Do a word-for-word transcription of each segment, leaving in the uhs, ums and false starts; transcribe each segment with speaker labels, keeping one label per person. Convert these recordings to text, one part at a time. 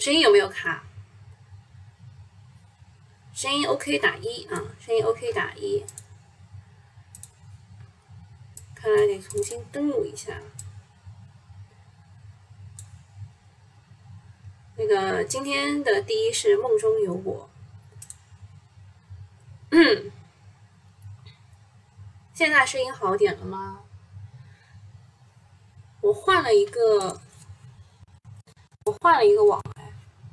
Speaker 1: 声音有没有卡？声音 OK 打一啊，声音 OK 打一。看来得重新登录一下。那个今天的第一是梦中有我。嗯，现在声音好点了吗？我换了一个，我换了一个网哎。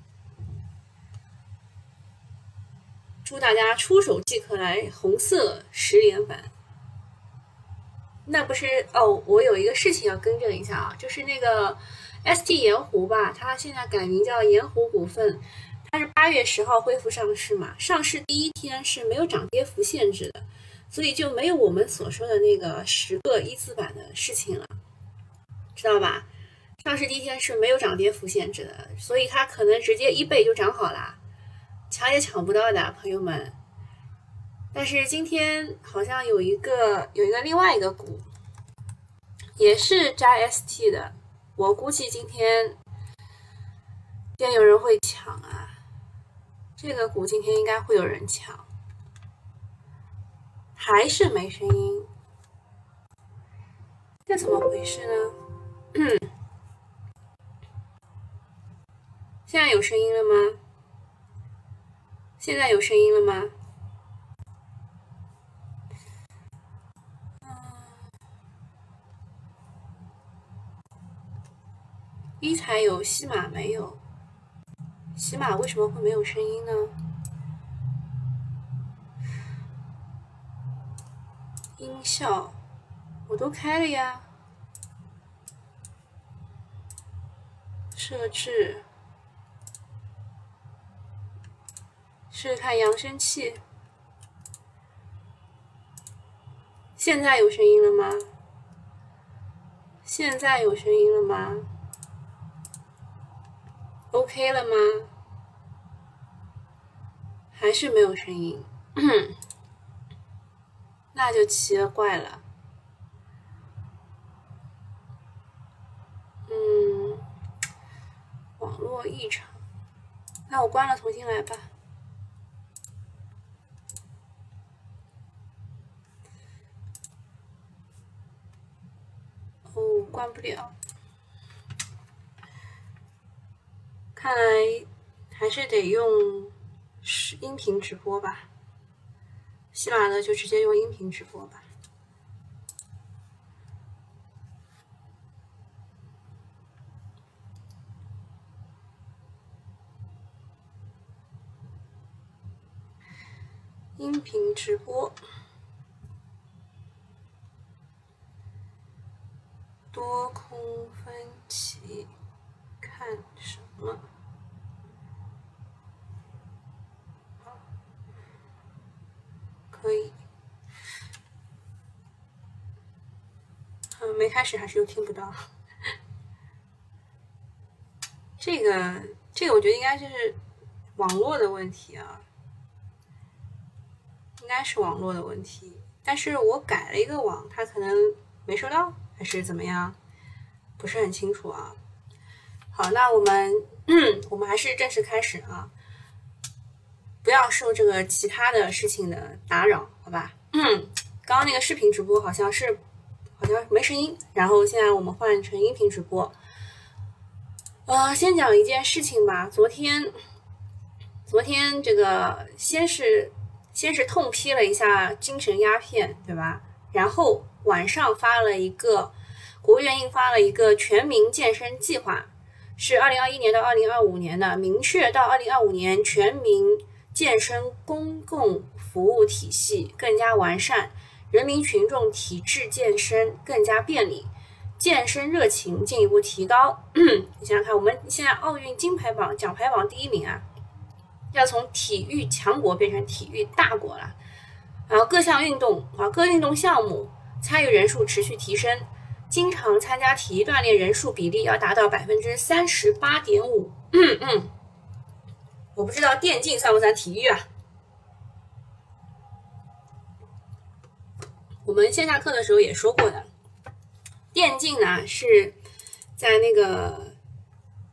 Speaker 1: 祝大家出手即可来红色十连板。那不是哦，我有一个事情要更正一下啊，就是那个 S T 盐湖吧，它现在改名叫盐湖股份，它是八月十号恢复上市嘛，上市第一天是没有涨跌幅限制的，所以就没有我们所说的那个十个一字板的事情了，知道吧？上市第一天是没有涨跌幅限制的，所以它可能直接一倍就涨好啦，抢也抢不到的，朋友们。但是今天好像有一个有一个另外一个股，也是加 S T 的，我估计今天店有人会抢啊，这个股今天应该会有人抢，还是没声音，这怎么回事呢？嗯，现在有声音了吗？现在有声音了吗？一台有，西马没有。西马为什么会没有声音呢？音效我都开了呀。设置，试试看扬声器。现在有声音了吗？现在有声音了吗？OK 了吗？还是没有声音，那就奇了怪了。嗯，网络异常，那我关了，重新来吧。哦，关不了。看来还是得用音频直播吧，喜马的就直接用音频直播吧。音频直播，多空分歧，看什么？可以，嗯，没开始还是又听不到。这个，这个我觉得应该是网络的问题啊，应该是网络的问题。但是我改了一个网，它可能没收到，还是怎么样，不是很清楚啊。好，那我们，嗯，我们还是正式开始啊，不要受这个其他的事情的打扰，好吧？嗯，刚刚那个视频直播好像是好像没声音，然后现在我们换成音频直播。呃，先讲一件事情吧。昨天，昨天这个先是先是痛批了一下精神鸦片，对吧？然后晚上发了一个国务院印发了一个全民健身计划，是二零二一年到二零二五年的，明确到二零二五年全民健身公共服务体系更加完善，人民群众体质健身更加便利，健身热情进一步提高。你想想看，我们现在奥运金牌榜奖牌榜第一名啊，要从体育强国变成体育大国了。然后各项运动啊，各运动项目参与人数持续提升，经常参加体育锻炼人数比例要达到百分之三十八点五。嗯嗯，我不知道电竞算不算体育啊？我们线下课的时候也说过的，电竞呢是在那个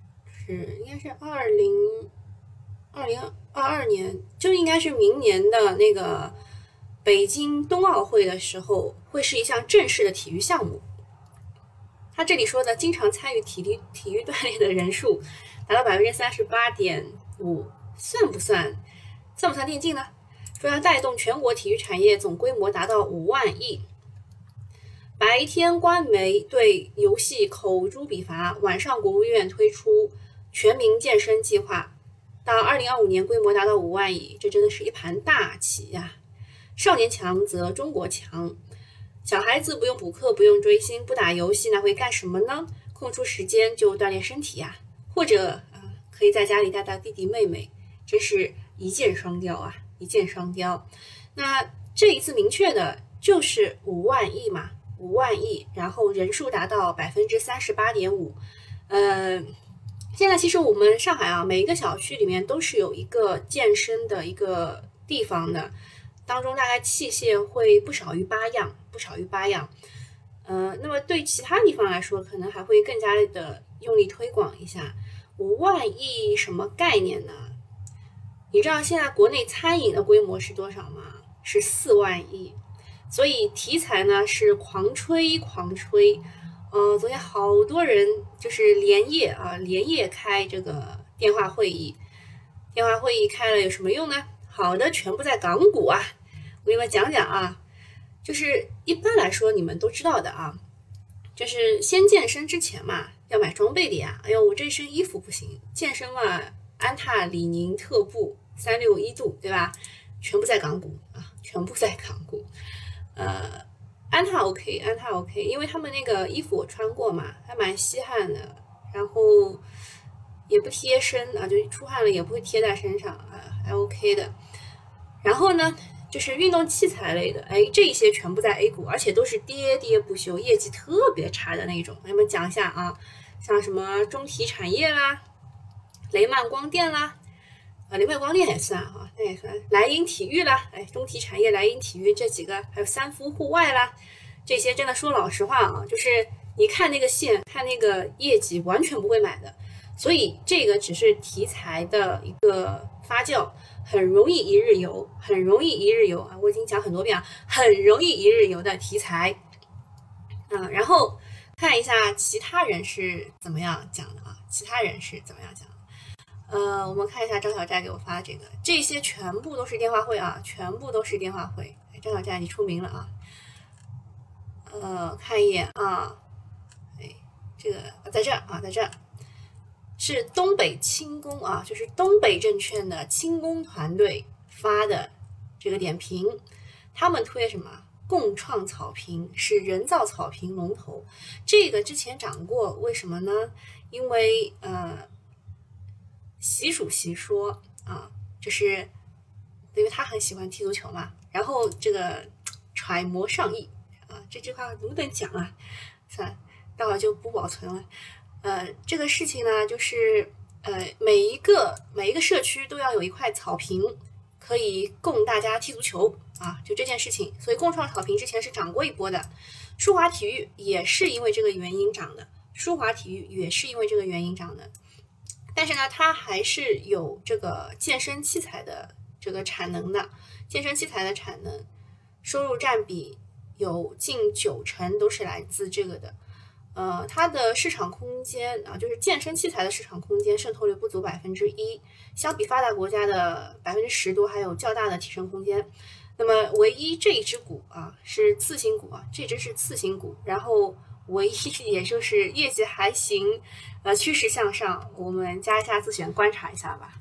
Speaker 1: 是应该是二零二零二二年，就应该是明年的那个北京冬奥会的时候，会是一项正式的体育项目。他这里说的经常参与体力体育锻炼的人数达到百分之三十八点五，算不算算不算电竞呢？说要带动全国体育产业总规模达到五万亿。白天官媒对游戏口诛笔伐，晚上国务院推出全民健身计划，到二零二五年规模达到五万亿，这真的是一盘大棋呀、啊！少年强则中国强，小孩子不用补课，不用追星，不打游戏，那会干什么呢？空出时间就锻炼身体呀、啊，或者、呃、可以在家里带带弟弟妹妹，真是一箭双雕啊！一箭双雕。那这一次明确的就是五万亿嘛。五万亿，然后人数达到百分之三十八点五。呃，现在其实我们上海啊，每一个小区里面都是有一个健身的一个地方的，当中大概器械会不少于八样，不少于八样。呃，那么对其他地方来说，可能还会更加的用力推广一下。五万亿什么概念呢？你知道现在国内餐饮的规模是多少吗？是四万亿。所以题材呢是狂吹狂吹，呃，昨天好多人就是连夜啊连夜开这个电话会议，电话会议开了有什么用呢？好的，全部在港股啊，我给你们讲讲啊，就是一般来说你们都知道的啊，就是先健身之前嘛要买装备的呀，哎呦我这身衣服不行，健身嘛安踏、李宁、特步、三六一度对吧？全部在港股啊，全部在港股。呃，安踏 OK， 安踏 OK， 因为他们那个衣服我穿过嘛，还蛮吸汗的，然后也不贴身啊，就出汗了也不会贴在身上啊，还 OK 的。然后呢，就是运动器材类的，哎，这些全部在 A 股，而且都是跌跌不休，业绩特别差的那种。我们讲一下啊，像什么中体产业啦、雷曼光电啦。啊，雷曼光电也算哈，那也算。莱茵体育啦，哎，中体产业、莱茵体育这几个，还有三福户外啦，这些真的说老实话啊，就是你看那个线，看那个业绩，完全不会买的。所以这个只是题材的一个发酵，很容易一日游，很容易一日游啊！我已经讲很多遍了，很容易一日游的题材。嗯，然后看一下其他人是怎么样讲的啊？其他人是怎么样讲的？呃，我们看一下张小寨给我发的这个，这些全部都是电话会啊，全部都是电话会。哎，张小寨你出名了啊！呃，看一眼啊，哎，这个在这儿啊，在这儿是东北轻工啊，就是东北证券的轻工团队发的这个点评，他们推什么？共创草坪是人造草坪龙头，这个之前涨过，为什么呢？因为呃。习主席说啊，就是因为他很喜欢踢足球嘛，然后这个揣摩上意啊，这句话能不能讲啊？算了，待会儿就不保存了。呃，这个事情呢，就是呃，每一个每一个社区都要有一块草坪，可以供大家踢足球啊，就这件事情。所以共创草坪之前是涨过一波的，舒华体育也是因为这个原因涨的，舒华体育也是因为这个原因涨的。但是呢，它还是有这个健身器材的这个产能的，健身器材的产能收入占比有近九成都是来自这个的。呃，它的市场空间啊，就是健身器材的市场空间渗透率不足百分之一，相比发达国家的百分之十多还有较大的提升空间。那么唯一这一只股啊是次新股啊，这只是次新股，然后唯一也就是业绩还行。呃，趋势向上，我们加一下自选，观察一下吧。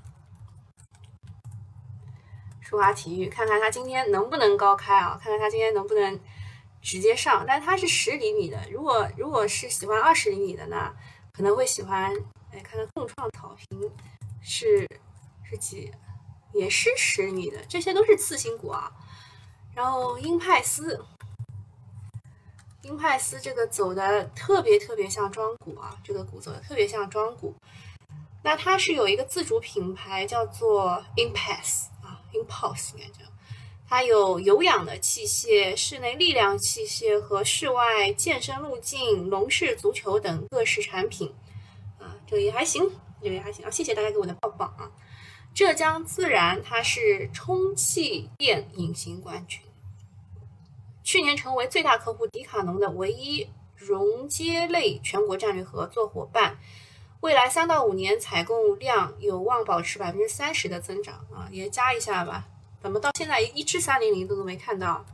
Speaker 1: 舒华体育，看看它今天能不能高开啊？看看它今天能不能直接上。但它是十厘米的，如果如果是喜欢二十厘米的呢，可能会喜欢。哎，看看共创草坪是是几，也是十厘米的，这些都是次新股啊。然后英派斯。英派斯这个走的特别特别像庄股啊，这个股走的特别像庄股。那它是有一个自主品牌叫做 Impulse 啊 ，Impulse 应该叫。它有有氧的器械、室内力量器械和室外健身路径、龙式足球等各式产品啊，这个也还行这个也还行啊，谢谢大家给我的抱抱啊。浙江自然它是充气垫隐形冠军，去年成为最大客户迪卡侬的唯一熔接类全国战略合作伙伴，未来三到五年采购量有望保持百分之三十的增长啊，也加一下吧。怎么到现在一支三零零都都没看到？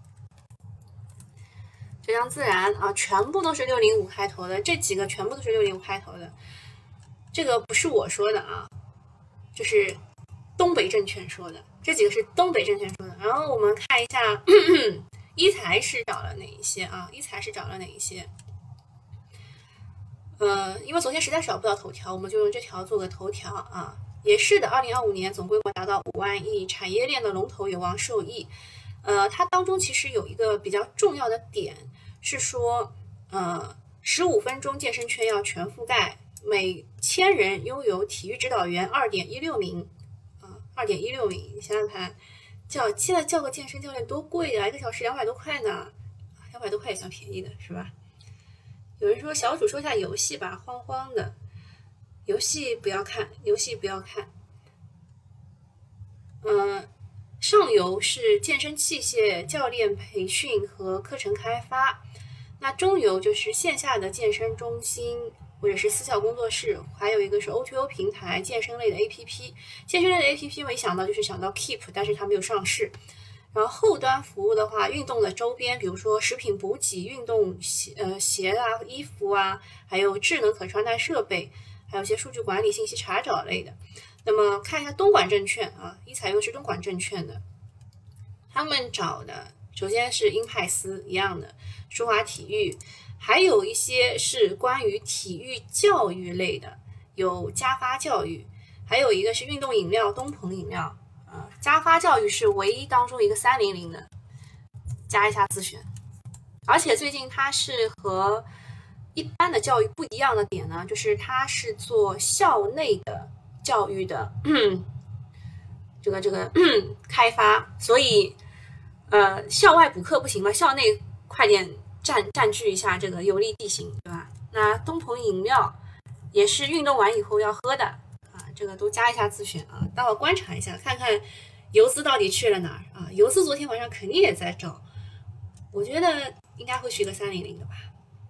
Speaker 1: 浙江自然啊，全部都是六零五开头的，这几个全部都是六零五开头的。这个不是我说的啊，就是东北证券说的，这几个是东北证券说的。然后我们看一下咳咳一财是找了哪一些啊？一财是找了哪一些？呃，因为昨天实在找不到头条，我们就用这条做个头条啊。也是的，二零二五年总规模达到五万亿，产业链的龙头有望受益。呃，它当中其实有一个比较重要的点是说，呃，十五分钟健身圈要全覆盖，每千人拥有体育指导员二点一六名啊，二点一六名，你想想看，叫现在叫个健身教练多贵啊，一个小时两百多块呢，两百多块也算便宜的是吧？有人说小主说一下游戏吧，慌慌的。游戏不要看，游戏不要看。嗯，上游是健身器械、教练培训和课程开发，那中游就是线下的健身中心或者是私教工作室，还有一个是 O to O 平台健身类的 A P P。健身类的 A P P 我一想到就是想到 Keep， 但是它没有上市。然后后端服务的话，运动的周边，比如说食品补给、运动鞋、呃鞋啊、衣服啊，还有智能可穿戴设备。还有一些数据管理、信息查找类的。那么看一下东莞证券啊，一采用是东莞证券的，他们找的首先是英派斯一样的，舒华体育，还有一些是关于体育教育类的，有加发教育，还有一个是运动饮料，东鹏饮料啊，加发教育是唯一当中一个三零零的，加一下自选，而且最近它是和一般的教育不一样的点呢，就是它是做校内的教育的，嗯、这个这个、嗯、开发，所以呃校外补课不行嘛，校内快点占占据一下这个有利地形，对吧？那东鹏饮料也是运动完以后要喝的啊，这个都加一下自选啊，待会观察一下，看看游资到底去了哪儿啊？游资昨天晚上肯定也在找，我觉得应该会去个三零零的吧。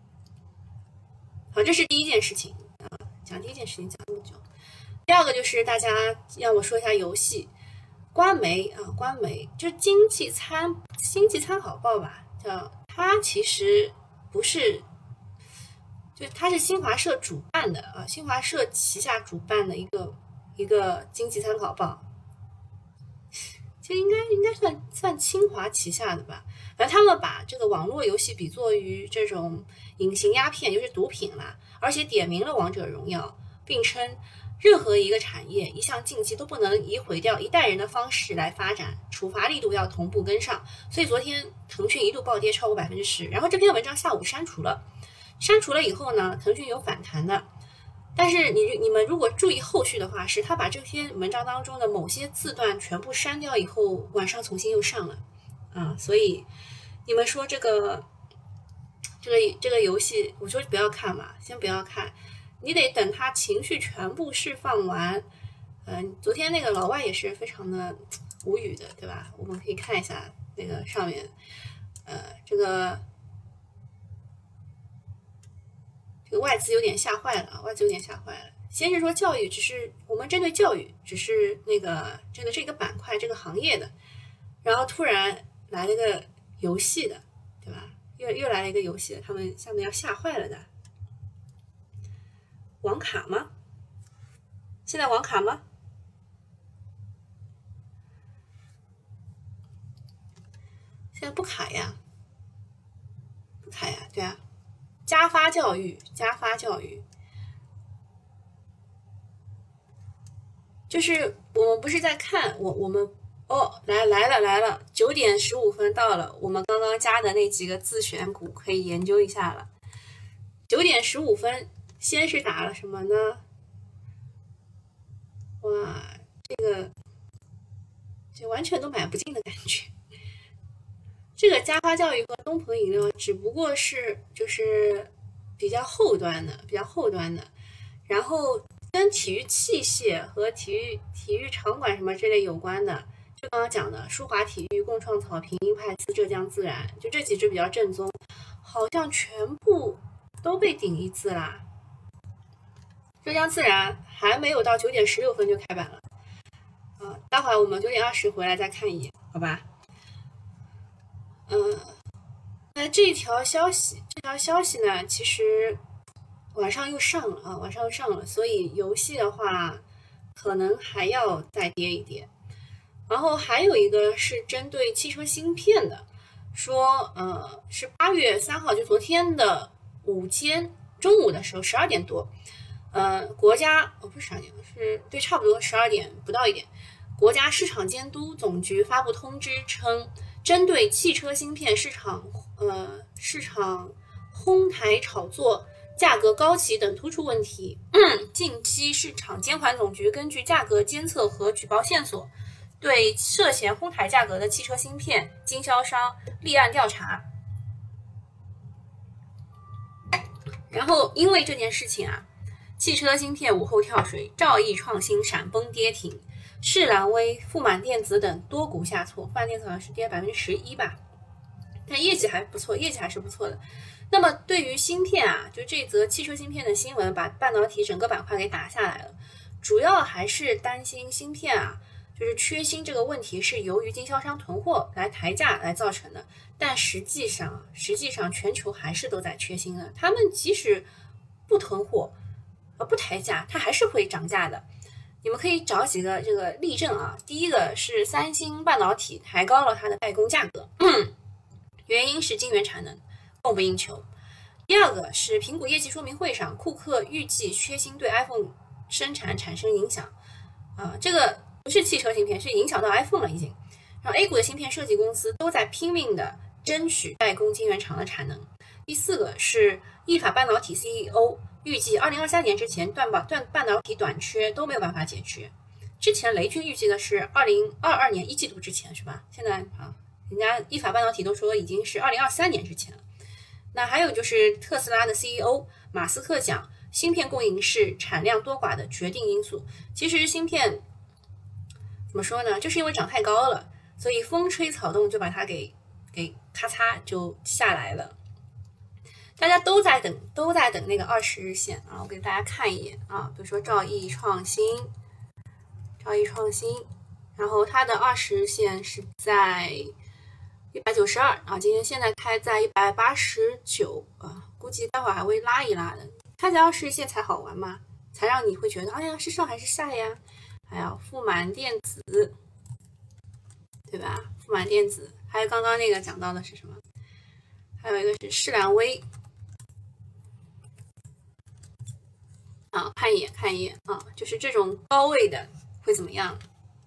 Speaker 1: 好，这是第一件事情啊，讲第一件事情讲那么久。第二个就是大家要我说一下游戏，官媒啊，官媒就是经济参经济参考报吧，叫它其实不是，就它是新华社主办的啊，新华社旗下主办的一个一个经济参考报，其实应该应该算算清华旗下的吧。反正他们把这个网络游戏比作于这种隐形鸦片，就是毒品啦，而且点名了王者荣耀，并称任何一个产业、一项竞技都不能以毁掉一代人的方式来发展，处罚力度要同步跟上。所以昨天腾讯一度暴跌超过百分之十，然后这篇文章下午删除了，删除了以后呢，腾讯有反弹的。但是你你们如果注意后续的话，是他把这篇文章当中的某些字段全部删掉以后，晚上重新又上了啊，所以你们说这个这个这个游戏，我说不要看嘛，先不要看，你得等他情绪全部释放完。嗯、呃，昨天那个老外也是非常的无语的，对吧？我们可以看一下那个上面，呃，这个这个外资有点吓坏了，外资有点吓坏了。先是说教育，只是我们针对教育，只是那个针对这个板块、这个行业的，然后突然来了个游戏的，对吧？又又来了一个游戏，他们下面要吓坏了的。网卡吗？现在网卡吗？现在不卡呀，不卡呀，对啊，加发教育，加发教育，就是我们不是在看我我们哦，来来了来了，九点十五分到了，我们刚刚加的那几个自选股可以研究一下了。九点十五分，先是打了什么呢？哇，这个就完全都买不进的感觉。这个加发教育和东鹏饮料只不过是就是比较后端的，比较后端的。然后跟体育器械和体育体育场馆什么这类有关的，就刚刚讲的舒华体育、共创草坪、英派斯、浙江自然，就这几只比较正宗，好像全部都被顶一字啦。浙江自然还没有到九点十六分就开板了，啊，待会儿我们九点二十回来再看一眼，好吧？嗯，那这条消息，这条消息呢，其实晚上又上了啊，晚上又上了，所以游戏的话，可能还要再跌一跌。然后还有一个是针对汽车芯片的，说，呃，是八月三号，就昨天的午间中午的时候，十二点多。呃，国家哦不是十二点，是对，差不多十二点不到一点。国家市场监督总局发布通知称，针对汽车芯片市场呃市场哄抬炒作、价格高企等突出问题，嗯、近期市场监管总局根据价格监测和举报线索，对涉嫌哄抬价格的汽车芯片经销商立案调查。然后因为这件事情啊。汽车芯片午后跳水，兆易创新闪崩跌停，世兰威、富满电子等多股下挫，富满电子好像是跌百分之十一吧，但业绩还不错，业绩还是不错的。那么对于芯片啊，就这则汽车芯片的新闻，把半导体整个板块给打下来了，主要还是担心芯片啊，就是缺芯这个问题是由于经销商囤货来抬价来造成的，但实际上，实际上全球还是都在缺芯的，他们即使不囤货。呃，不抬价，它还是会涨价的。你们可以找几个这个例证啊。第一个是三星半导体抬高了它的代工价格，原因是晶圆产能供不应求。第二个是苹果业绩说明会上，库克预计缺芯对 iPhone 生产产生影响。啊、呃，这个不是汽车芯片，是影响到 iPhone 了已经。然后 A 股的芯片设计公司都在拼命的争取代工晶圆厂的产能。第四个是意法半导体 C E O。预计二零二三年之前断半断半导体短缺都没有办法解决。之前雷军预计的是二零二二年一季度之前是吧？现在啊，人家意法半导体都说已经是二零二三年之前了。那还有就是特斯拉的 C E O 马斯克讲，芯片供应是产量多寡的决定因素。其实芯片怎么说呢？就是因为涨太高了，所以风吹草动就把它给给咔嚓就下来了。大家都在等，都在等那个二十日线啊！我给大家看一眼啊，比如说兆易创新，兆易创新，然后它的二十日线是在一百九十二啊，今天现在开在一百八十九啊，估计待会儿还会拉一拉的。看在二十日线才好玩嘛，才让你会觉得，哎呀，是上还是下呀？还有富满电子，对吧？富满电子，还有刚刚那个讲到的是什么？还有一个是世兰威。啊，看一眼，看一眼啊，就是这种高位的会怎么样？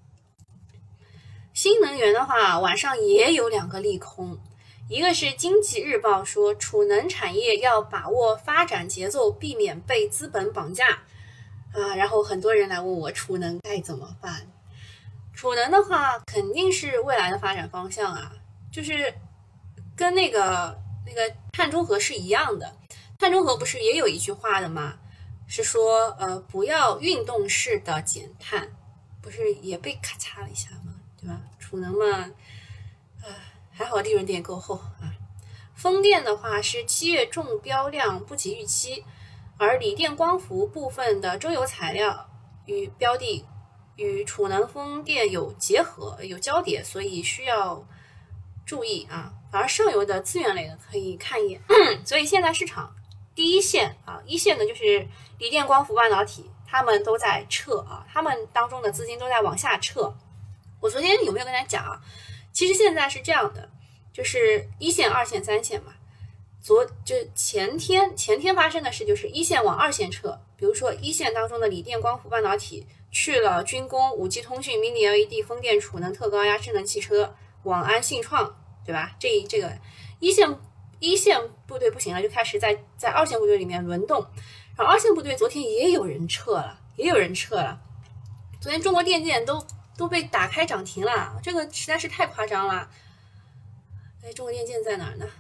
Speaker 1: 新能源的话，晚上也有两个利空，一个是经济日报说储能产业要把握发展节奏，避免被资本绑架啊，然后很多人来问我储能该怎么办？储能的话，肯定是未来的发展方向啊，就是跟那个那个碳中和是一样的，碳中和不是也有一句话的吗？是说，呃，不要运动式的减碳，不是也被咔嚓了一下吗？对吧？储能嘛，呃，还好利润点够厚啊。风电的话是七月中标量不及预期，而锂电光伏部分的周游材料与标的与储能风电有结合、有交叠，所以需要注意啊。而上游的资源类的可以看一眼。所以现在市场。第一线啊，一线的就是锂电光伏半导体，他们都在撤啊，他们当中的资金都在往下撤。我昨天有没有跟大家讲啊？其实现在是这样的，就是一线、二线、三线嘛。昨就前天前天发生的事就是一线往二线撤，比如说一线当中的锂电光伏半导体去了军工、五 G 通讯、mini L E D、风电、储能、特高压、智能汽车、网安、信创，对吧？这这个一线。一线部队不行了，就开始在在二线部队里面轮动，然后二线部队昨天也有人撤了，也有人撤了。昨天中国电建都都被打开涨停了，这个实在是太夸张了。哎，中国电建在哪儿呢？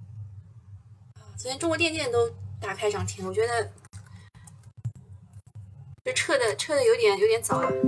Speaker 1: 昨天中国电建都打开涨停，我觉得撤的撤的有点有点早啊，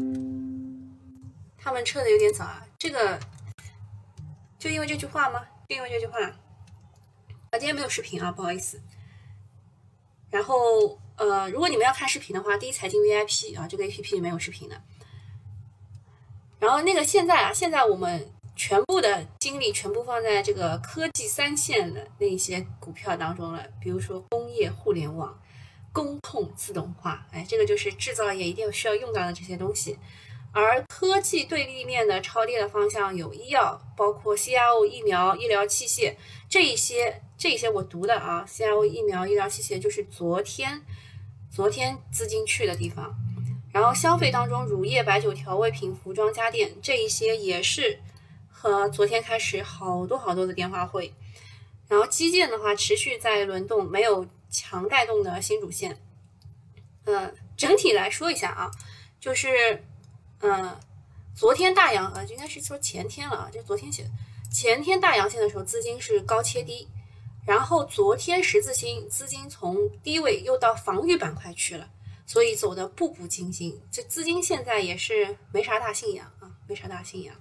Speaker 1: 他们撤的有点早啊，这个就因为这句话吗？就因为这句话啊，今天没有视频啊，不好意思。然后呃，如果你们要看视频的话，第一财经 V I P 啊，这个 A P P 里面有视频的。然后那个现在啊，现在我们全部的精力全部放在这个科技三线的那一些股票当中了，比如说工业互联网、工控自动化，哎，这个就是制造业一定需要用到的这些东西。而科技对立面的超跌的方向有医药，包括 C R O 疫苗、医疗器械这一些，这一些我读的啊 ，C R O 疫苗、医疗器械就是昨天昨天资金去的地方。然后消费当中，乳业、白酒、调味品、服装、家电这一些也是和昨天开始好多好多的电话会。然后基建的话持续在轮动，没有强带动的新主线。呃，整体来说一下啊，就是呃，昨天大阳啊，应该是说前天了啊，就昨天写的，前天大阳线的时候，资金是高切低，然后昨天十字星资金从低位又到防御板块去了。所以走的步步惊心，这资金现在也是没啥大信仰啊，没啥大信仰。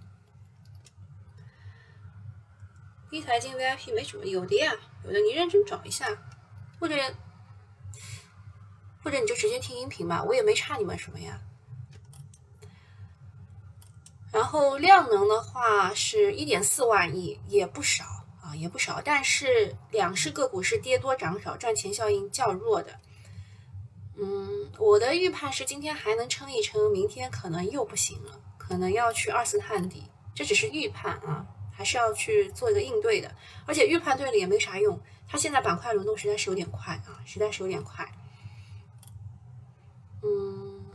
Speaker 1: 一财经 V I P 没什么，有的呀，有的你认真找一下，或者或者你就直接听音频吧，我也没差你们什么呀。然后量能的话是 一点四万亿，也不少啊，也不少，但是两市个股是跌多涨少，赚钱效应较弱的。嗯，我的预判是今天还能撑一撑，明天可能又不行了，可能要去二次探底，这只是预判啊，还是要去做一个应对的。而且预判对了也没啥用，它现在板块轮动实在是有点快啊，实在是有点快。嗯，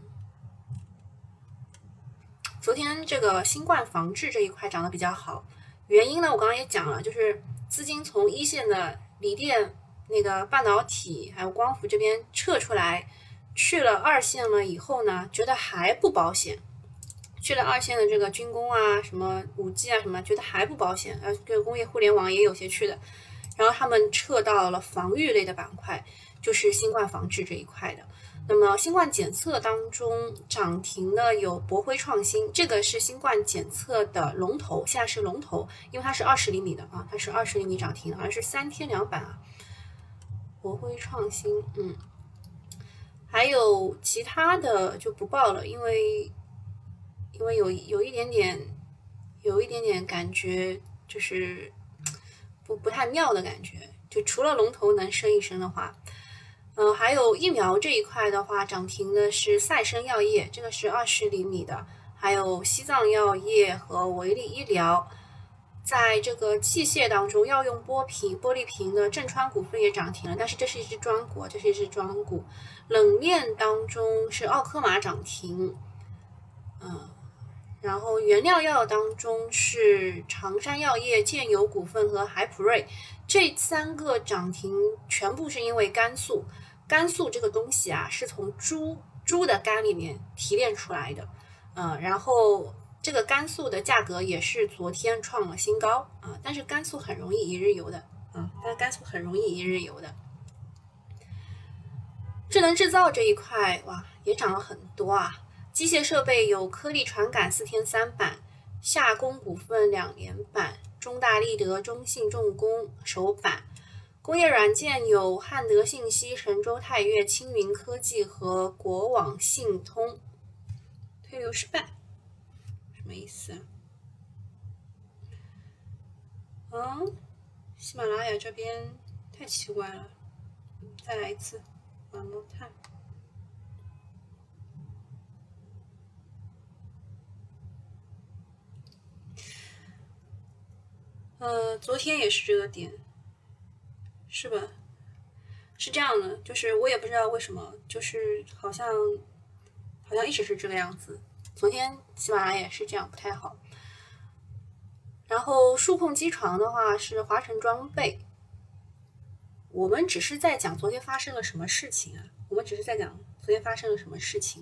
Speaker 1: 昨天这个新冠防治这一块涨得比较好，原因呢我刚刚也讲了，就是资金从一线的锂电、那个半导体还有光伏这边撤出来，去了二线了以后呢，觉得还不保险，去了二线的这个军工啊、什么五 G 啊什么，觉得还不保险，呃，这个工业互联网也有些去的，然后他们撤到了防御类的板块，就是新冠防治这一块的。那么新冠检测当中涨停的有博辉创新，这个是新冠检测的龙头，现在是龙头，因为它是二十厘米的啊，它是二十厘米涨停的，好像是三天两板啊。博辉创新，嗯，还有其他的就不报了，因为因为有有一点点有一点点感觉就是不不太妙的感觉，就除了龙头能升一升的话，呃，还有疫苗这一块的话，涨停的是赛生药业，这个是二十厘米的，还有西藏药业和维力医疗。在这个器械当中，药用玻瓶、玻璃瓶的正川股份也涨停了，但是这是一只庄股，这是一只庄股。冷链当中是奥科玛涨停，嗯，然后原料药当中是长山药业、建油股份和海普瑞，这三个涨停全部是因为甘肃。甘肃这个东西啊，是从猪猪的肝里面提炼出来的，嗯，然后。这个甘肃的价格也是昨天创了新高啊，但是甘肃很容易一日游的啊，但甘肃很容易一日游的。智能制造这一块哇，也涨了很多啊。机械设备有科力传感四天三板，夏工股份两连板，中大立德、中信重工首板。工业软件有汉德信息、神州泰岳、青云科技和国网信通。推流失败。什么意思啊？嗯，喜马拉雅这边太奇怪了，再来一次 ，one more time。呃，昨天也是这个点，是吧？是这样的，就是我也不知道为什么，就是好像好像一直是这个样子。昨天喜马拉雅也是这样，不太好。然后数控机床的话是华晨装备，我们只是在讲昨天发生了什么事情啊？我们只是在讲昨天发生了什么事情。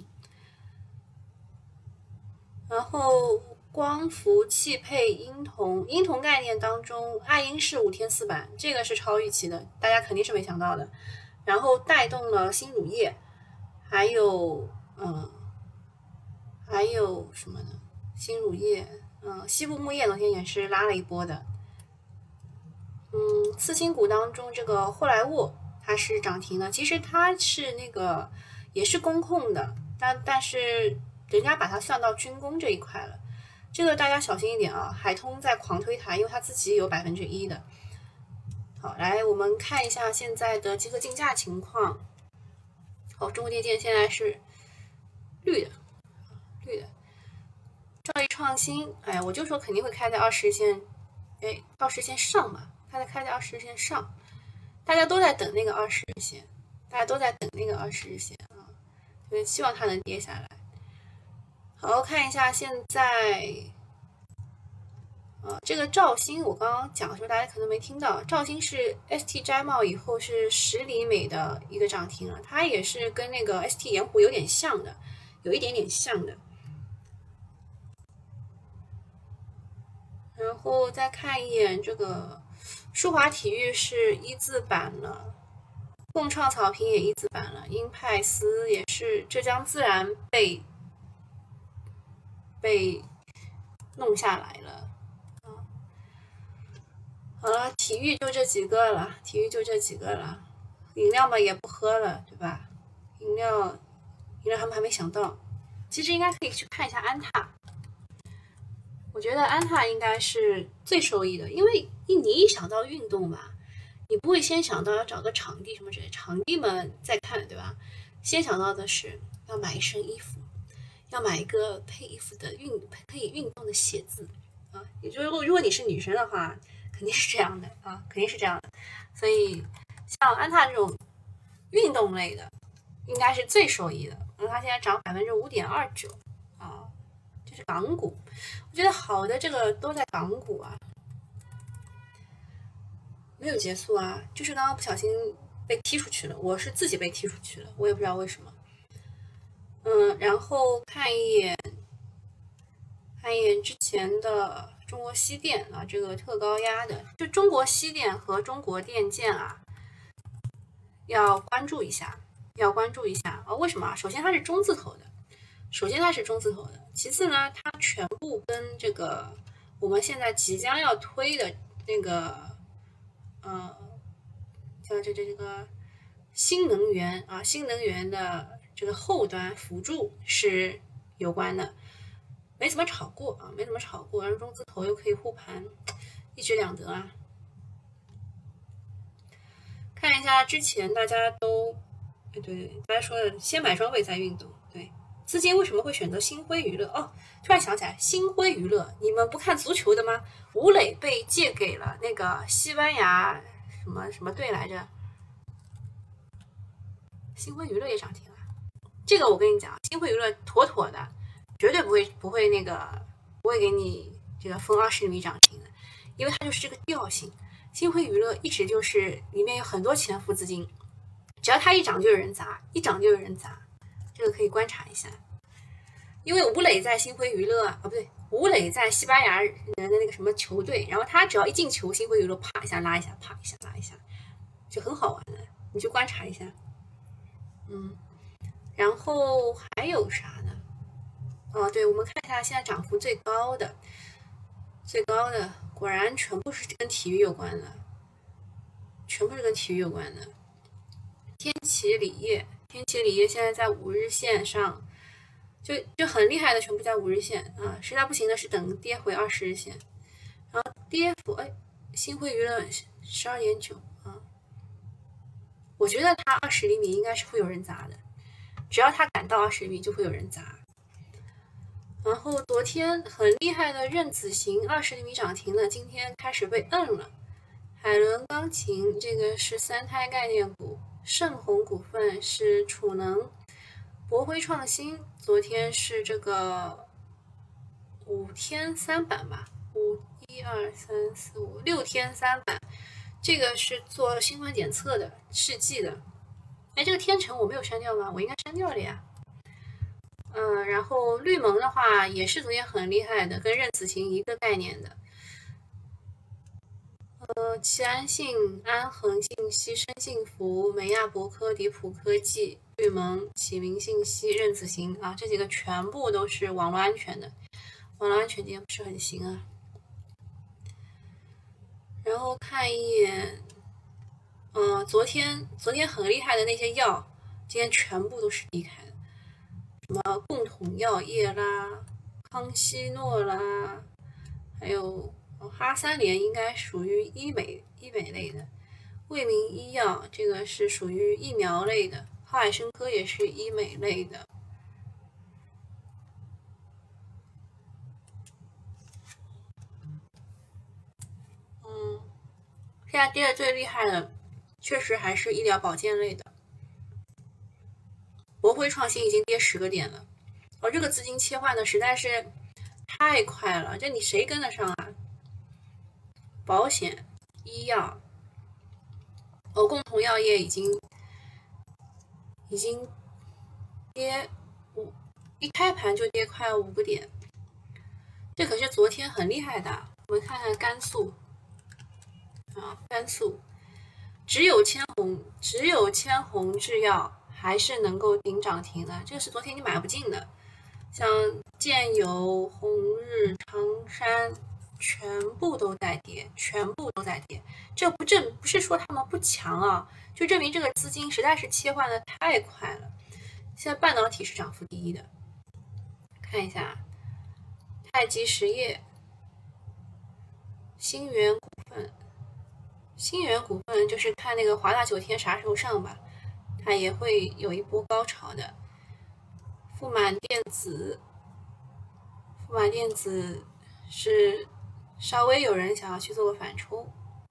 Speaker 1: 然后光伏、汽配、英铜，英铜概念当中，爱英仕五天四板，这个是超预期的，大家肯定是没想到的。然后带动了新乳业，还有嗯，还有什么呢？新乳业，嗯，西部牧业昨天也是拉了一波的。嗯，次新股当中，这个霍莱坞它是涨停的，其实它是那个也是工控的，但但是人家把它算到军工这一块了，这个大家小心一点啊！海通在狂推它，因为它自己有百分之一的。好，来我们看一下现在的集合竞价情况。好，中国电建现在是绿的，绿的。兆易创新，哎，我就说肯定会开在二十日线，哎，二十日线上嘛，它在开在二十日线上，大家都在等那个二十日线，大家都在等那个二十日线啊，所以希望它能跌下来。好，看一下现在，呃，这个兆芯我刚刚讲的时候大家可能没听到，兆芯是 S T 摘帽以后是十厘米的一个涨停了，它也是跟那个 S T 盐湖有点像的，有一点点像的。然后再看一眼这个舒华体育是一字板了，共创草坪也一字板了，英派斯也是，浙江自然被被弄下来了。啊，好了，体育就这几个了，体育就这几个了，饮料嘛也不喝了，对吧？饮料，饮料他们还没想到，其实应该可以去看一下安踏。我觉得安踏应该是最受益的，因为你一想到运动嘛，你不会先想到要找个场地什么之类，场地嘛再看，对吧？先想到的是要买一身衣服，要买一个配衣服的运可以运动的鞋子啊。也就是如果你是女生的话，肯定是这样的啊，肯定是这样的。所以像安踏这种运动类的，应该是最受益的。因为它现在涨百分之五点二九啊，这是港股。我觉得好的这个都在港股啊，没有结束啊，就是刚刚不小心被踢出去了，我是自己被踢出去了，我也不知道为什么。嗯，然后看一眼，看一眼之前的中国西电啊，这个特高压的，就中国西电和中国电建啊，要关注一下，要关注一下啊。为什么？首先它是中字头的。首先它是中字头的，其次呢，它全部跟这个我们现在即将要推的那个呃叫这这这个新能源啊，新能源的这个后端辅助是有关的，没怎么炒过啊，没怎么炒过，然后中字头又可以护盘，一举两得啊。看一下之前大家都，哎对，大家说的先买装备再运动，对。资金为什么会选择星辉娱乐？哦，突然想起来，星辉娱乐，你们不看足球的吗？吴磊被借给了那个西班牙什么什么队来着？星辉娱乐也涨停了。这个我跟你讲，星辉娱乐妥妥的，绝对不会不会那个不会给你这个封二十厘米涨停的，因为它就是这个调性。星辉娱乐一直就是里面有很多潜伏资金，只要它一涨就有人砸，一涨就有人砸。这个可以观察一下，因为吴磊在星辉娱乐啊，不对，吴磊在西班牙人的那个什么球队，然后他只要一进球，星辉娱乐啪一下拉一下，啪一下拉一下，就很好玩的，你去观察一下。嗯，然后还有啥呢？哦，对，我们看一下现在涨幅最高的，最高的果然全部是跟体育有关的，全部是跟体育有关的。天齐锂业。天齐锂业现在在五日线上，就就很厉害的，全部在五日线啊，实在不行的是等跌回二十日线，然后跌幅哎，星辉娱乐十二点九啊，我觉得它二十厘米应该是会有人砸的，只要它敢到二十厘米就会有人砸。然后昨天很厉害的任子行二十厘米涨停了，今天开始被摁了。海伦钢琴这个是三胎概念股。盛虹股份是储能，博辉创新昨天是这个五天三板吧，五一二三四五六天三板，这个是做新冠检测的试剂的。哎，这个天成我没有删掉吗？我应该删掉了呀。嗯，然后绿盟的话也是昨天很厉害的，跟任子行一个概念的。 呃，齐安信、安恒信息、深信服、美亚博科、迪普科技、绿盟、启明信息、任子行啊，这几个全部都是网络安全的，网络安全今天不是很行啊。然后看一眼，嗯、呃，昨天昨天很厉害的那些药，今天全部都是低开的，什么共统药业啦、康希诺啦，还有。哈三联应该属于医美医美类的，卫明医药这个是属于疫苗类的，浩海生科也是医美类的。嗯，现在跌的最厉害的，确实还是医疗保健类的。博辉创新已经跌十个点了，而、哦、这个资金切换的实在是太快了，这你谁跟得上啊？保险、医药，哦，共同药业已经已经跌五，一开盘就跌快五个点，这可是昨天很厉害的。我们看看甘肃啊，甘肃只有千红，只有千红制药还是能够顶涨停的，这个是昨天你买不进的。像建油、红日、长山。全部都在跌，全部都在跌，这不证不是说他们不强啊，就证明这个资金实在是切换的太快了。现在半导体是涨幅第一的，看一下太极实业、新源股份，新源股份就是看那个华大九天啥时候上吧，它也会有一波高潮的。富满电子，富满电子是。稍微有人想要去做个反抽，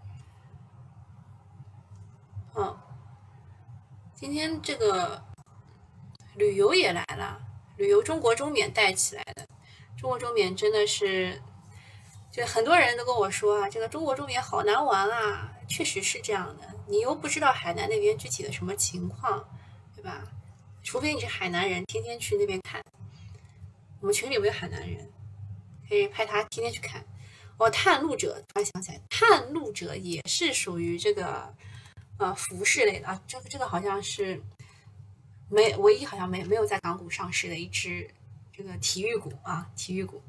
Speaker 1: 嗯，今天这个旅游也来了，旅游中国中免带起来的，中国中免真的是，就很多人都跟我说啊，这个中国中免好难玩啊，确实是这样的，你又不知道海南那边具体的什么情况，对吧？除非你是海南人，天天去那边看，我们群里有没有海南人，可以派他天天去看。哦，探路者突然想起来，探路者也是属于这个呃服饰类的啊。这个这个好像是没唯一好像没没有在港股上市的一只这个体育股啊，体育股。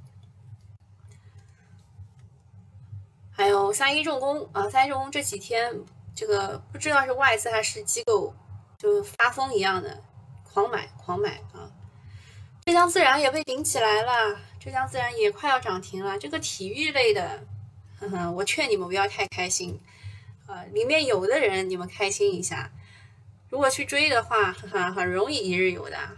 Speaker 1: 还有三一重工啊，三一重工这几天这个不知道是外资还是机构就发疯一样的狂买狂买啊。浙江自然也被顶起来了。浙江自然也快要涨停了，这个体育类的，呵呵，我劝你们不要太开心，呃，里面有的人你们开心一下，如果去追的话，呵呵，很容易一日游的。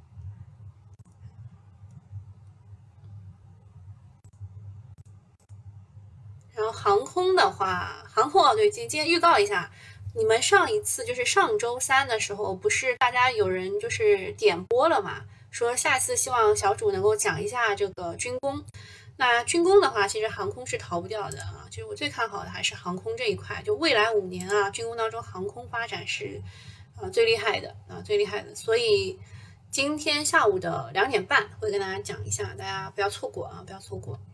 Speaker 1: 然后航空的话，航空哦，对，今今天预告一下，你们上一次就是上周三的时候，不是大家有人就是点播了嘛？说下次希望小主能够讲一下这个军工。那军工的话，其实航空是逃不掉的啊。其实我最看好的还是航空这一块，就未来五年啊，军工当中航空发展是啊最厉害的啊最厉害的。所以今天下午的两点半会跟大家讲一下，大家不要错过啊，不要错过。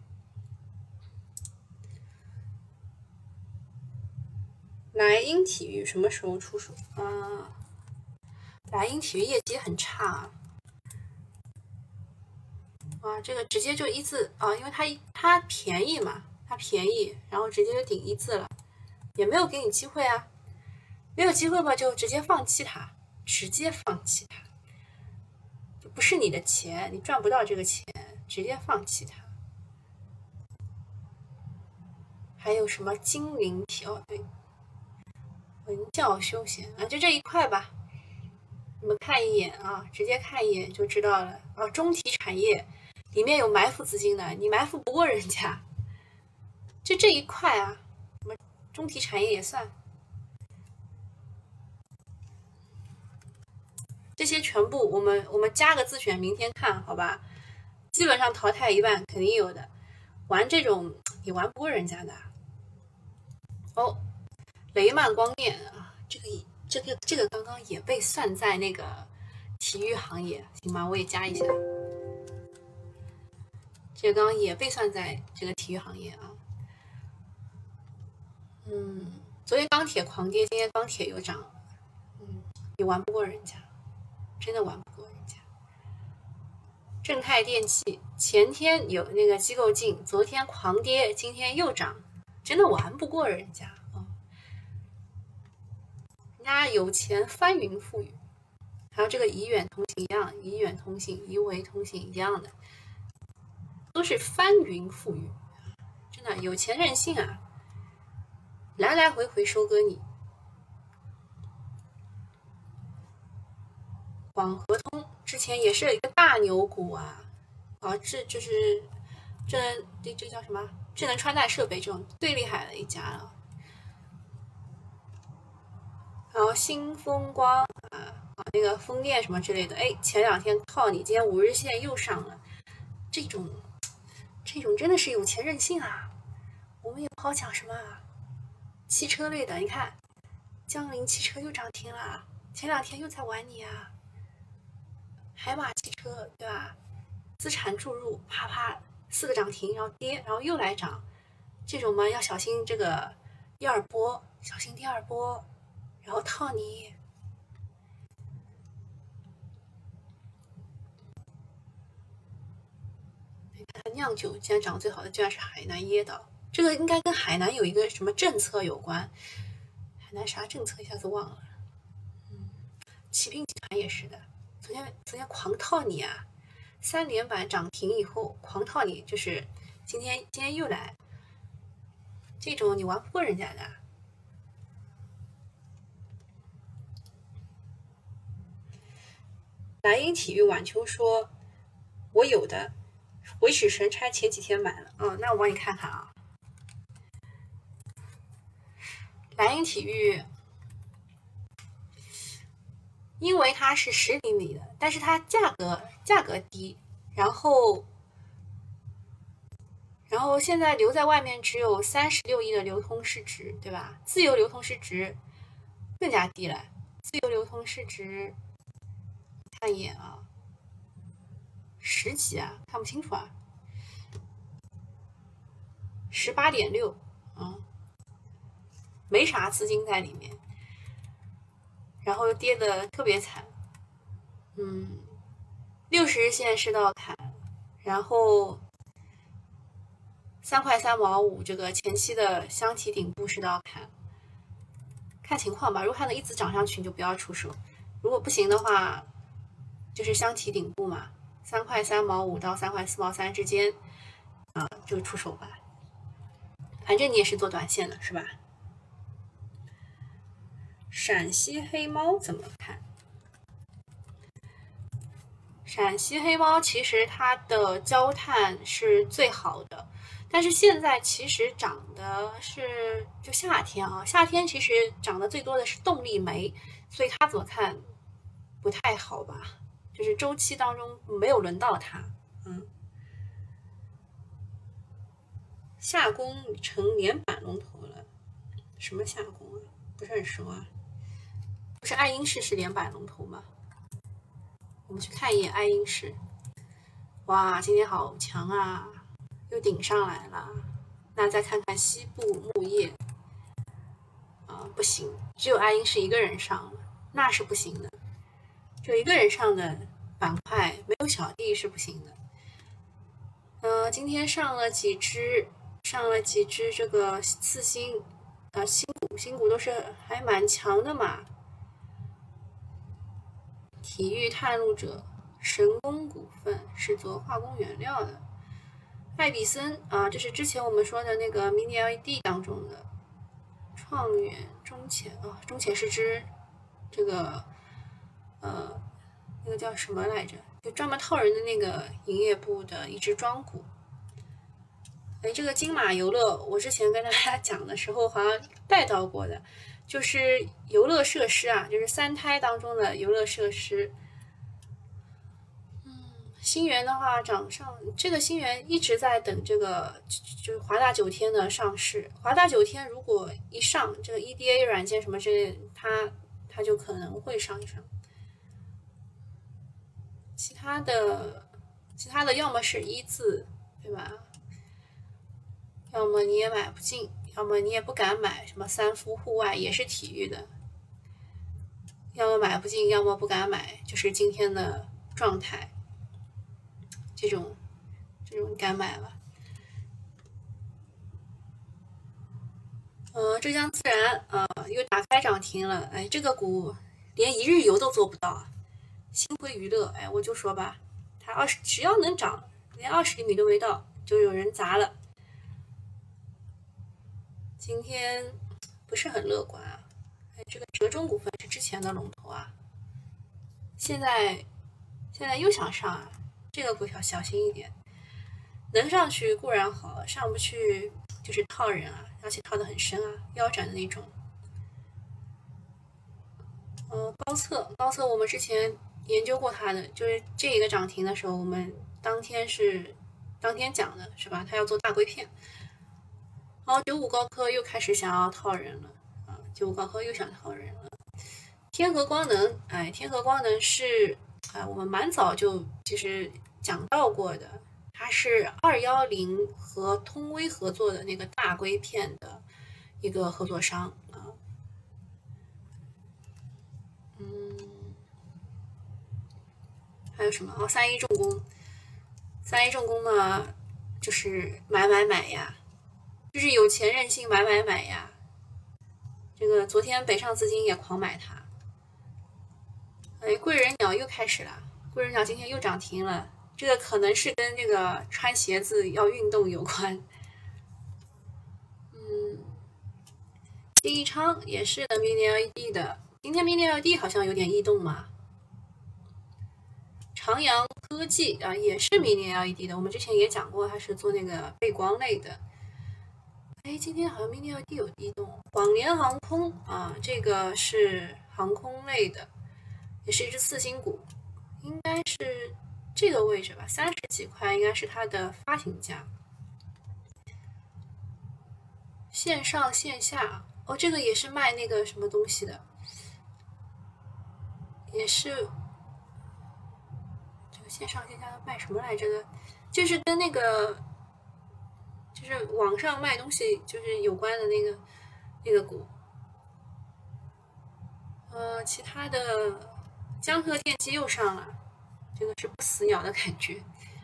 Speaker 1: 莱茵体育什么时候出手啊？莱茵体育业绩很差啊。啊，这个直接就一字啊，因为它它便宜嘛，它便宜，然后直接就顶一字了，也没有给你机会啊，没有机会吧，就直接放弃它，直接放弃它，就不是你的钱，你赚不到这个钱，直接放弃它。还有什么精灵体哦，对，文教休闲啊，就这一块吧，你们看一眼啊，直接看一眼就知道了啊，中体产业。里面有埋伏资金的，你埋伏不过人家，就这一块啊，什么中体产业也算，这些全部我们我们加个自选，明天看好吧，基本上淘汰一半肯定有的，玩这种你玩不过人家的。哦，雷曼光电啊，这个这个这个刚刚也被算在那个体育行业，行吗？我也加一下。这个刚刚也被算在这个体育行业啊， 嗯，昨天钢铁狂跌，今天钢铁又涨，嗯，你玩不过人家，真的玩不过人家。正泰电器前天有那个机构进，昨天狂跌，今天又涨，真的玩不过人家啊！人家有钱翻云覆雨，还有这个怡远通信一样，怡远通信、怡维通信一样的，都是翻云覆雨，真的有钱任性啊，来来回回收割你。广和通之前也是一个大牛股啊，啊，这就是智能这这叫什么？智能穿戴设备这种最厉害的一家了。然后新风光啊，那个风电什么之类的，哎，前两天靠你，今天五日线又上了，这种这种真的是有钱任性啊！我们也不好讲什么啊。汽车类的，你看，江铃汽车又涨停了，前两天又在玩你啊。海马汽车对吧？资产注入，啪啪四个涨停，然后跌，然后又来涨，这种嘛要小心这个第二波，小心第二波，然后套你。你看酿酒现在涨最好的居然是海南椰岛，这个应该跟海南有一个什么政策有关，海南啥政策一下子忘了。嗯，启平集团也是的。昨天昨天狂套你啊，三连板涨停以后狂套你，就是今天今天又来，这种你玩不过人家的。莱茵体育晚秋说，我有的回使神差前几天买了，嗯，那我帮你看看啊。莱茵体育。因为它是十厘米的，但是它价格价格低，然后然后现在留在外面只有三十六亿的流通市值，对吧？自由流通市值更加低了，自由流通市值看一眼啊，十几啊，看不清楚啊，十八点六，嗯，没啥资金在里面。然后跌得特别惨，嗯，六十日线是到砍，然后三块三毛五这个前期的箱体顶部是到砍，看情况吧。如果它能一直涨上去，你就不要出手；如果不行的话，就是箱体顶部嘛，三块三毛五到三块四毛三之间，啊，就出手吧。反正你也是做短线的，是吧？陕西黑猫怎么看？陕西黑猫其实它的焦炭是最好的，但是现在其实涨的是就夏天啊，夏天其实涨的最多的是动力煤，所以它怎么看不太好吧？就是周期当中没有轮到它，嗯。夏工成连板龙头了，什么夏工啊？不是很熟啊。不是爱英仕是连板龙头吗？我们去看一眼爱英仕，哇，今天好强啊，又顶上来了。那再看看西部木业，啊，不行，只有爱英仕一个人上了，那是不行的。就一个人上的板块，没有小弟是不行的。呃，今天上了几只，上了几只这个次新，啊，新股，新股都是还蛮强的嘛。体育探路者、神工股份是做化工原料的，爱比森啊，这是之前我们说的那个 mini L E D 当中的。创远、中潜啊，中潜是只这个呃那个叫什么来着？就专门套人的那个营业部的一只庄股。哎，这个金马游乐，我之前跟大家讲的时候好像带到过的。就是游乐设施啊，就是三胎当中的游乐设施。嗯，星源的话涨上，这个星源一直在等这个，就是华大九天的上市。华大九天如果一上，这个 E D A 软件什么之类，它它就可能会上一上。其他的，其他的要么是一字，对吧？要么你也买不进， 要么你也不敢买，什么三伏户外也是体育的，要么买不进，要么不敢买，就是今天的状态。这种这种敢买了。呃，浙江自然啊、呃、又打开涨停了，哎，这个股连一日游都做不到。星辉娱乐，哎，我就说吧，它二十只要能涨，连二十厘米都没到，就有人砸了。今天不是很乐观啊，哎，这个浙中股份是之前的龙头啊，现在现在又想上啊，这个股票小心一点，能上去固然好，上不去就是套人啊，而且套得很深啊，腰斩的那种。呃，高测高测我们之前研究过它的，就是这一个涨停的时候，我们当天是当天讲的是吧？它要做大硅片。然后九五高科又开始想要套人了啊，九五高科又想套人了。天合光能，哎，天合光能是啊，我们蛮早就其实讲到过的，它是二幺零和通威合作的那个大硅片的一个合作商啊。嗯，还有什么？哦，三一重工，三一重工呢，就是买买买呀，就是有钱任性买买买呀。这个昨天北上资金也狂买它。哎，贵人鸟又开始了，贵人鸟今天又涨停了，这个可能是跟这个穿鞋子要运动有关。嗯，第一昌也是的 Mini L E D 的，今天 Mini L E D 好像有点异动嘛。长阳科技啊，也是 Mini L E D 的，我们之前也讲过，它是做那个背光类的。哎，今天好像 Mini L E D 有异动。广联航空啊，这个是航空类的。也是一只次新股，应该是这个位置吧，三十几块应该是它的发行价。线上线下，哦，这个也是卖那个什么东西的，也是这个线上线下卖什么来着的？就是跟那个就是网上卖东西就是有关的那个那个股。呃，其他的。江河电机又上了，这个是不死鸟的感觉。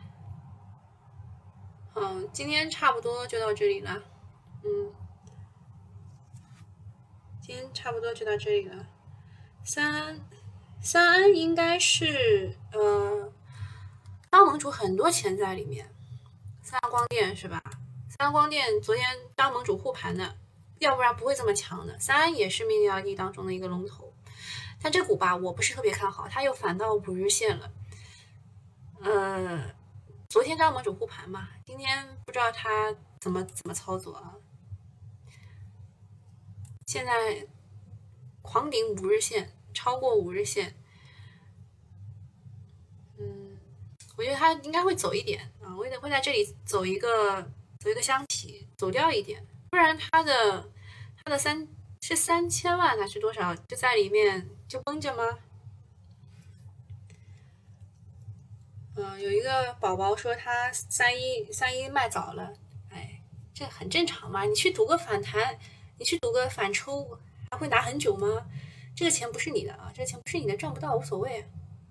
Speaker 1: 嗯，今天差不多就到这里了。嗯，今天差不多就到这里了。三三安应该是呃，当盟主很多钱在里面。三安光电是吧？三安光电昨天当盟主护盘的，要不然不会这么强的。三安也是 Mini L E D 当中的一个龙头。但这股吧，我不是特别看好，它又反到五日线了。呃，昨天当盟主护盘嘛，今天不知道它怎么怎么操作啊。现在狂顶五日线，超过五日线，嗯，我觉得它应该会走一点啊，我会在这里走一个走一个箱体，走掉一点，不然它的它的三是三千万还是多少，就在里面。就绷着吗？嗯，有一个宝宝说他三一三一卖早了，哎，这很正常嘛。你去赌个反弹，你去赌个反抽，还会拿很久吗？这个钱不是你的啊，这个钱不是你的，赚不到无所谓。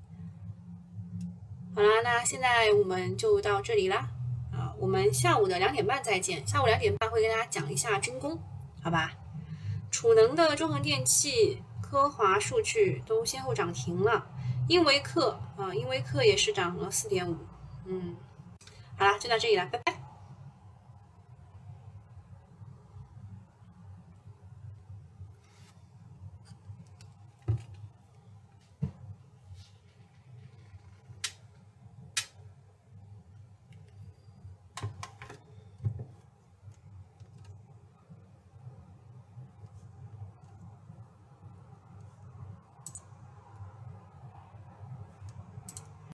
Speaker 1: 好啦，那现在我们就到这里啦，啊，我们下午的两点半再见。下午两点半会跟大家讲一下军工，好吧？储能的中恒电器。科华数据都先后涨停了，英维克啊，英维克也是涨了 四点五， 嗯，好啦，就到这里了，拜拜。